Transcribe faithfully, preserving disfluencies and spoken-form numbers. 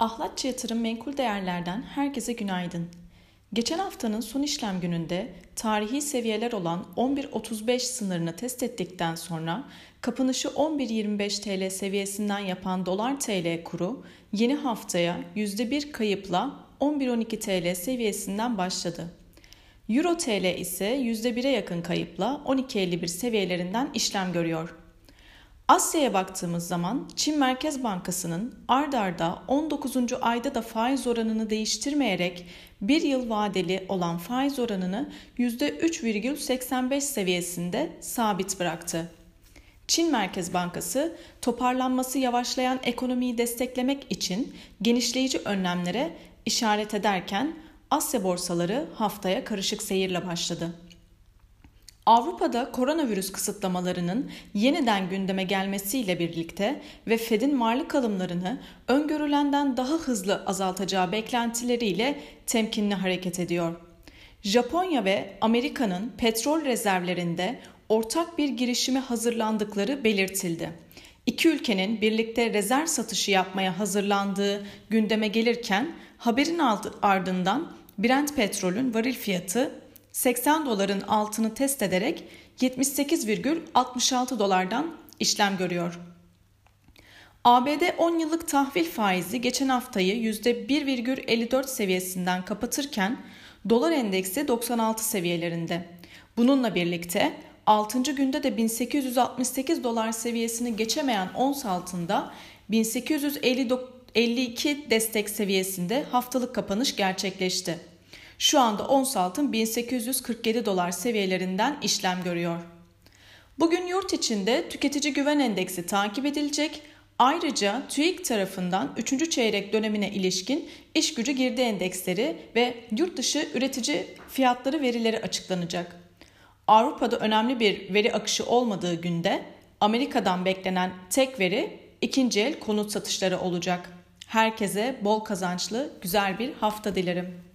Ahlatçı Yatırım Menkul Değerler'den herkese günaydın. Geçen haftanın son işlem gününde tarihi seviyeler olan on bir otuz beş sınırını test ettikten sonra kapanışı on bir yirmi beş T L seviyesinden yapan dolar T L kuru yeni haftaya yüzde bir kayıpla on bir on iki T L seviyesinden başladı. Euro T L ise yüzde bire yakın kayıpla on iki elli bir seviyelerinden işlem görüyor. Asya'ya baktığımız zaman Çin Merkez Bankası'nın ard arda on dokuzuncu ayda da faiz oranını değiştirmeyerek bir yıl vadeli olan faiz oranını yüzde üç virgül seksen beş seviyesinde sabit bıraktı. Çin Merkez Bankası toparlanması yavaşlayan ekonomiyi desteklemek için genişleyici önlemlere işaret ederken Asya borsaları haftaya karışık seyirle başladı. Avrupa'da koronavirüs kısıtlamalarının yeniden gündeme gelmesiyle birlikte ve Fed'in varlık alımlarını öngörülenden daha hızlı azaltacağı beklentileriyle temkinli hareket ediyor. Japonya ve Amerika'nın petrol rezervlerinde ortak bir girişime hazırlandıkları belirtildi. İki ülkenin birlikte rezerv satışı yapmaya hazırlandığı gündeme gelirken haberin ardından Brent petrolün varil fiyatı seksen doların altını test ederek yetmiş sekiz virgül altmış altı dolardan işlem görüyor. A B D on yıllık tahvil faizi geçen haftayı yüzde bir virgül elli dört seviyesinden kapatırken dolar endeksi doksan altı seviyelerinde. Bununla birlikte altıncı günde de bin sekiz yüz altmış sekiz dolar seviyesini geçemeyen ons altında bin sekiz yüz elli iki destek seviyesinde haftalık kapanış gerçekleşti. Şu anda ons altın bin sekiz yüz kırk yedi dolar seviyelerinden işlem görüyor. Bugün yurt içinde tüketici güven endeksi takip edilecek. Ayrıca TÜİK tarafından üçüncü çeyrek dönemine ilişkin iş gücü girdi endeksleri ve yurt dışı üretici fiyatları verileri açıklanacak. Avrupa'da önemli bir veri akışı olmadığı günde Amerika'dan beklenen tek veri ikinci el konut satışları olacak. Herkese bol kazançlı güzel bir hafta dilerim.